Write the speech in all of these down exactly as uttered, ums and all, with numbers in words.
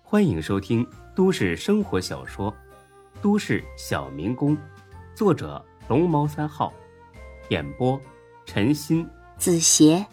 欢迎收听都市生活小说《都市小民工》，作者龙猫三号，演播陈鑫、 子邪。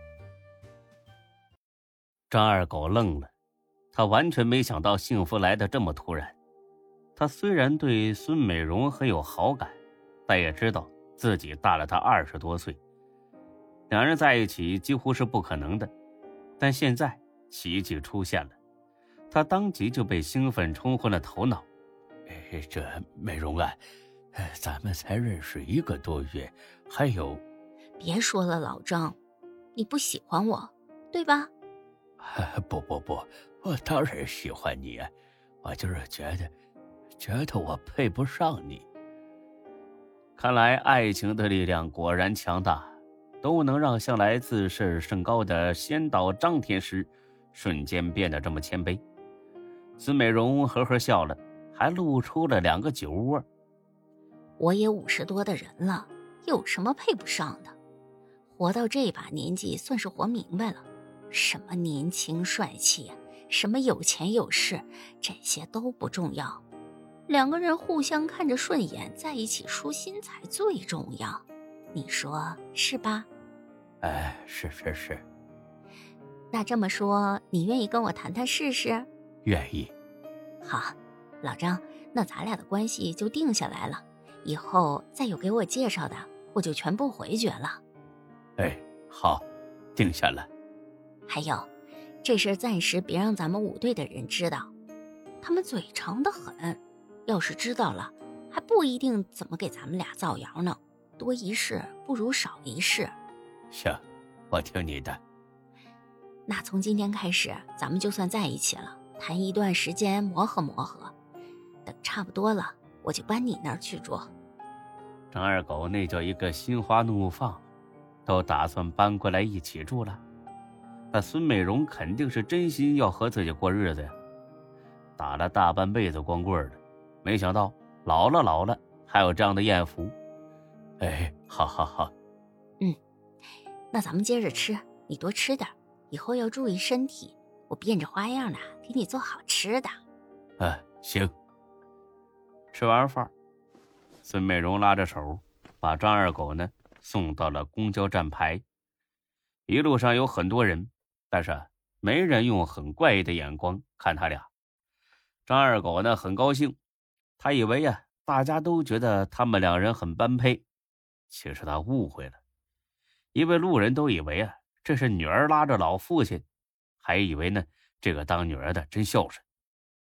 张二狗愣了，他完全没想到幸福来得这么突然。他虽然对孙美荣很有好感，但也知道自己大了他二十多岁，两人在一起几乎是不可能的。但现在奇迹出现了，他当即就被兴奋冲昏了头脑。 哎，这美荣啊，咱们才认识一个多月，还有…… 别说了，老张，你不喜欢我，对吧？ 不不不，我当然喜欢你啊，我就是觉得，觉得我配不上你。 看来爱情的力量果然强大，都能让向来自视甚高的仙道张天师瞬间变得这么谦卑。孙美荣呵呵笑了，还露出了两个酒窝。 我也五十多的人了，有什么配不上的？活到这把年纪，算是活明白了，什么年轻帅气，什么有钱有势，这些都不重要。两个人互相看着顺眼，在一起舒心才最重要，你说是吧？ 哎，是是是。 那这么说，你愿意跟我谈谈试试？ 愿意。 好，老张，那咱俩的关系就定下来了，以后再有给我介绍的，我就全部回绝了。 哎，好，定下了。 还有，这事暂时别让咱们五队的人知道，他们嘴长得很，要是知道了，还不一定怎么给咱们俩造谣呢。多一事不如少一事。 行，我听你的。 那从今天开始，咱们就算在一起了，谈一段时间磨合磨合，等差不多了，我就搬你那儿去住。 张二狗那叫一个心花怒放，都打算搬过来一起住了。那孙美荣肯定是真心要和自己过日子呀，打了大半辈子光棍的，没想到老了老了还有这样的艳福。 哎，好好好。 嗯，那咱们接着吃，你多吃点，以后要注意身体，我变着花样的给你做好吃的。 啊，行。 吃完饭，孙美荣拉着手把张二狗呢送到了公交站牌。一路上有很多人，但是没人用很怪异的眼光看他俩。张二狗呢很高兴，他以为呀、啊、大家都觉得他们两人很般配，其实他误会了。一位路人都以为啊这是女儿拉着老父亲，还以为呢这个当女儿的真孝顺。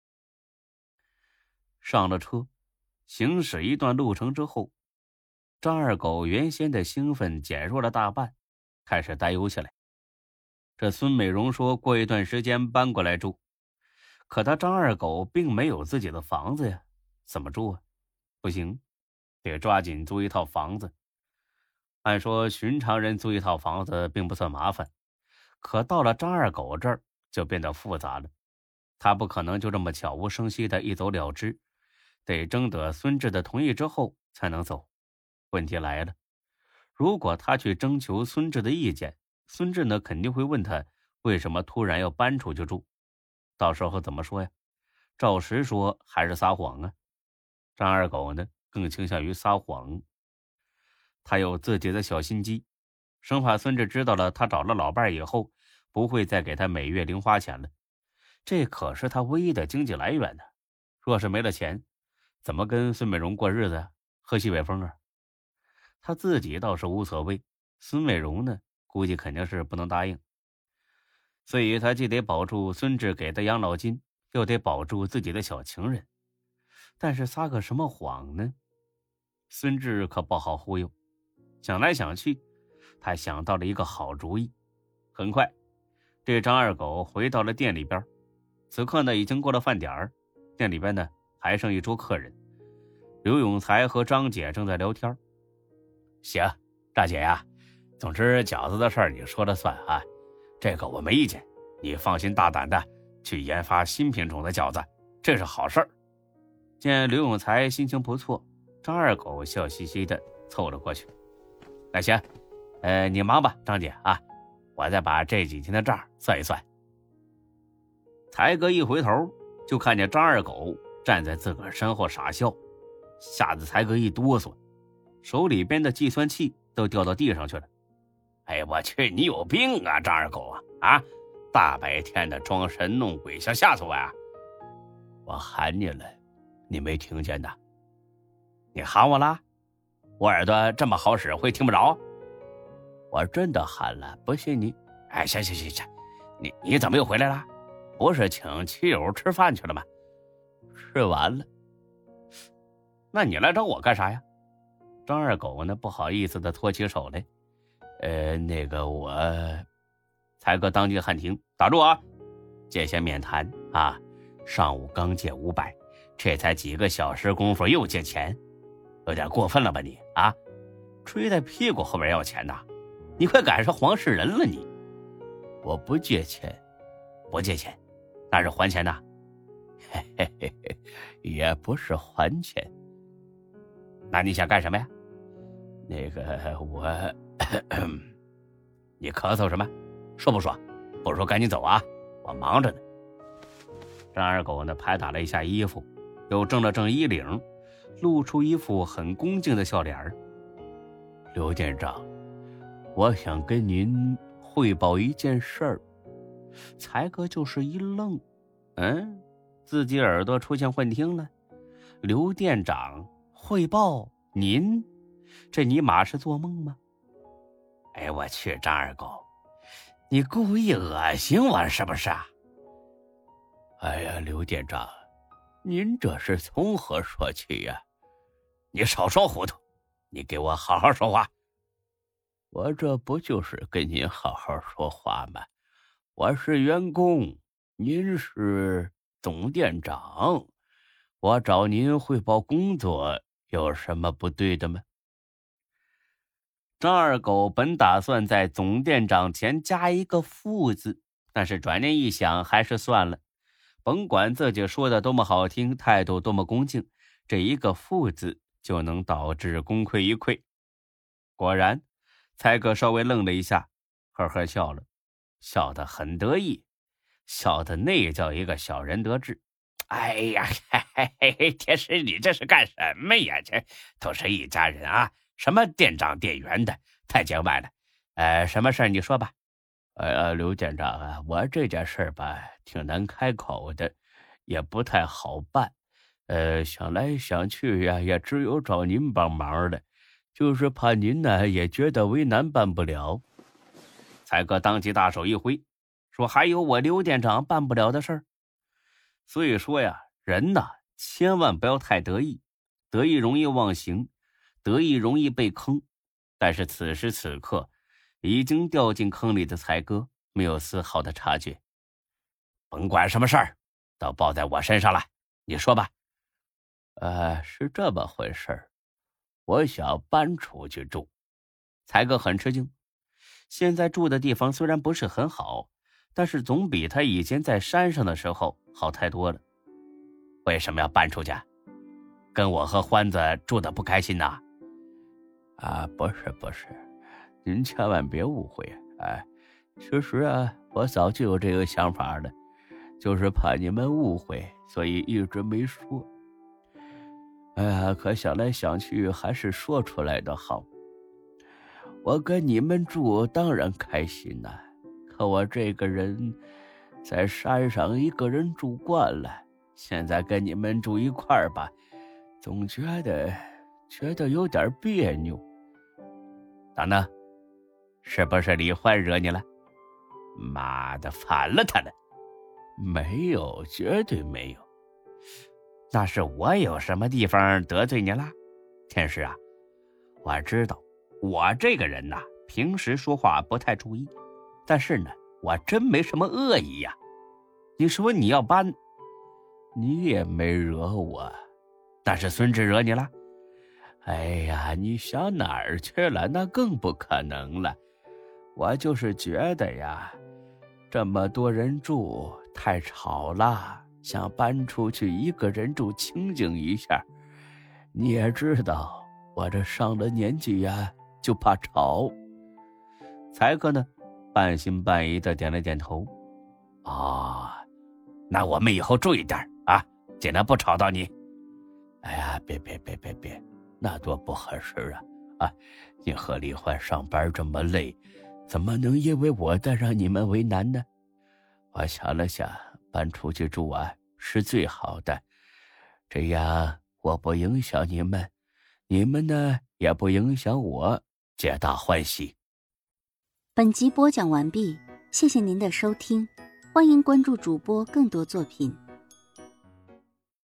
上了车，行驶一段路程之后，张二狗原先的兴奋减弱了大半，开始担忧起来。这孙美荣说过一段时间搬过来住，可他张二狗并没有自己的房子呀，怎么住啊？不行，得抓紧租一套房子。按说寻常人租一套房子并不算麻烦，可到了张二狗这儿就变得复杂了。他不可能就这么悄无声息的一走了之，得征得孙志的同意之后才能走。问题来了，如果他去征求孙志的意见，孙志呢肯定会问他为什么突然要搬出去住，到时候怎么说呀？照实说还是撒谎啊。张二狗呢更倾向于撒谎，他有自己的小心机，生怕孙志知道了他找了老伴以后不会再给他每月零花钱了，这可是他唯一的经济来源呢。若是没了钱，怎么跟孙美荣过日子啊？喝西北风啊？他自己倒是无所谓，孙美荣呢估计肯定是不能答应，所以他既得保住孙志给的养老金，又得保住自己的小情人。但是撒个什么谎呢？孙志可不好忽悠。想来想去，他想到了一个好主意。很快，这张二狗回到了店里边。此刻呢已经过了饭点儿，店里边呢还剩一桌客人。刘永才和张姐正在聊天。 行，大姐呀，总之饺子的事儿你说了算啊，这个我没意见，你放心大胆的去研发新品种的饺子，这是好事儿。 见刘永才心情不错，张二狗笑嘻嘻的凑了过去。那行，呃，你忙吧，张姐啊，我再把这几天的账算一算。才哥一回头， 就看见张二狗站在自个儿身后傻笑，吓得才哥一哆嗦，手里边的计算器都掉到地上去了。哎，我去，你有病啊，张二狗啊！啊，大白天的装神弄鬼，想吓死我呀！我喊你了，你没听见呐？你喊我啦？我耳朵这么好使，会听不着？我真的喊了，不信你。哎，行行行行，你你怎么又回来了？不是请亲友吃饭去了吗？吃完了。那你来找我干啥呀？张二狗呢，不好意思的拖起手来。呃，那个我，才哥当即喊停，打住啊！借些免谈啊！上午刚借五百，这才几个小时功夫又借钱，有点过分了吧你啊？追在屁股后边要钱呐？你快赶上黄世仁了你！我不借钱，不借钱，那是还钱呐？嘿嘿嘿嘿，也不是还钱。那你想干什么呀？那个我，咳咳你咳嗽什么？说不说？不说赶紧走啊，我忙着呢。张二狗呢拍打了一下衣服，又正了正衣领，露出一副很恭敬的笑脸。刘店长，我想跟您汇报一件事儿。才哥就是一愣，嗯，自己耳朵出现幻听了。刘店长汇报您，这尼玛是做梦吗？哎，我去，张二狗，你故意恶心我是不是啊？哎呀，刘店长，您这是从何说起呀？你少说糊涂，你给我好好说话。我这不就是跟您好好说话吗？我是员工，您是总店长，我找您汇报工作有什么不对的吗？张二狗本打算在总店长前加一个副字，但是转念一想，还是算了。甭管自己说的多么好听，态度多么恭敬，这一个副字就能导致功亏一篑。果然，才哥稍微愣了一下，呵呵笑了，笑得很得意，笑得那叫一个小人得志。哎呀，嘿嘿嘿，天师，你这是干什么呀？这都是一家人啊，什么店长店员的，太见外了。呃，什么事儿你说吧。呃，刘店长啊，我这件事吧，挺难开口的，也不太好办。呃，想来想去呀，也只有找您帮忙了，就是怕您呢也觉得为难，办不了。才哥当即大手一挥，说还有我刘店长办不了的事儿。所以说呀，人呐，千万不要太得意，得意容易忘形，得意容易被坑。但是此时此刻，已经掉进坑里的才哥没有丝毫的察觉。甭管什么事儿，都报在我身上了，你说吧。呃，是这么回事儿，我想搬出去住。才哥很吃惊，现在住的地方虽然不是很好，但是总比他以前在山上的时候好太多了。为什么要搬出去？跟我和欢子住的不开心呐？啊，不是不是，您千万别误会。哎，其实啊，我早就有这个想法了，就是怕你们误会，所以一直没说。哎呀，可想来想去，还是说出来的好。我跟你们住当然开心了，可我这个人在山上一个人住惯了，现在跟你们住一块儿吧，总觉得觉得有点别扭。等等，是不是李欢惹你了？妈的，反了他了！没有，绝对没有。那是我有什么地方得罪你了？天师啊，我知道我这个人呐，平时说话不太注意，但是呢，我真没什么恶意呀。你说你要搬，你也没惹我，但是孙志惹你了？哎呀，你想哪儿去了？那更不可能了。我就是觉得呀，这么多人住太吵了，想搬出去一个人住清静一下。你也知道，我这上了年纪呀，就怕吵。才哥呢，半信半疑的点了点头。啊、哦，那我们以后注意点， 尽量不吵到你。 哎呀，别别别别别，那多不合适啊！啊，你和李焕上班这么累，怎么能因为我的让你们为难呢？我想了想，搬出去住啊是最好的，这样我不影响你们，你们呢也不影响我，皆大欢喜。 本集播讲完毕，谢谢您的收听，欢迎关注主播更多作品。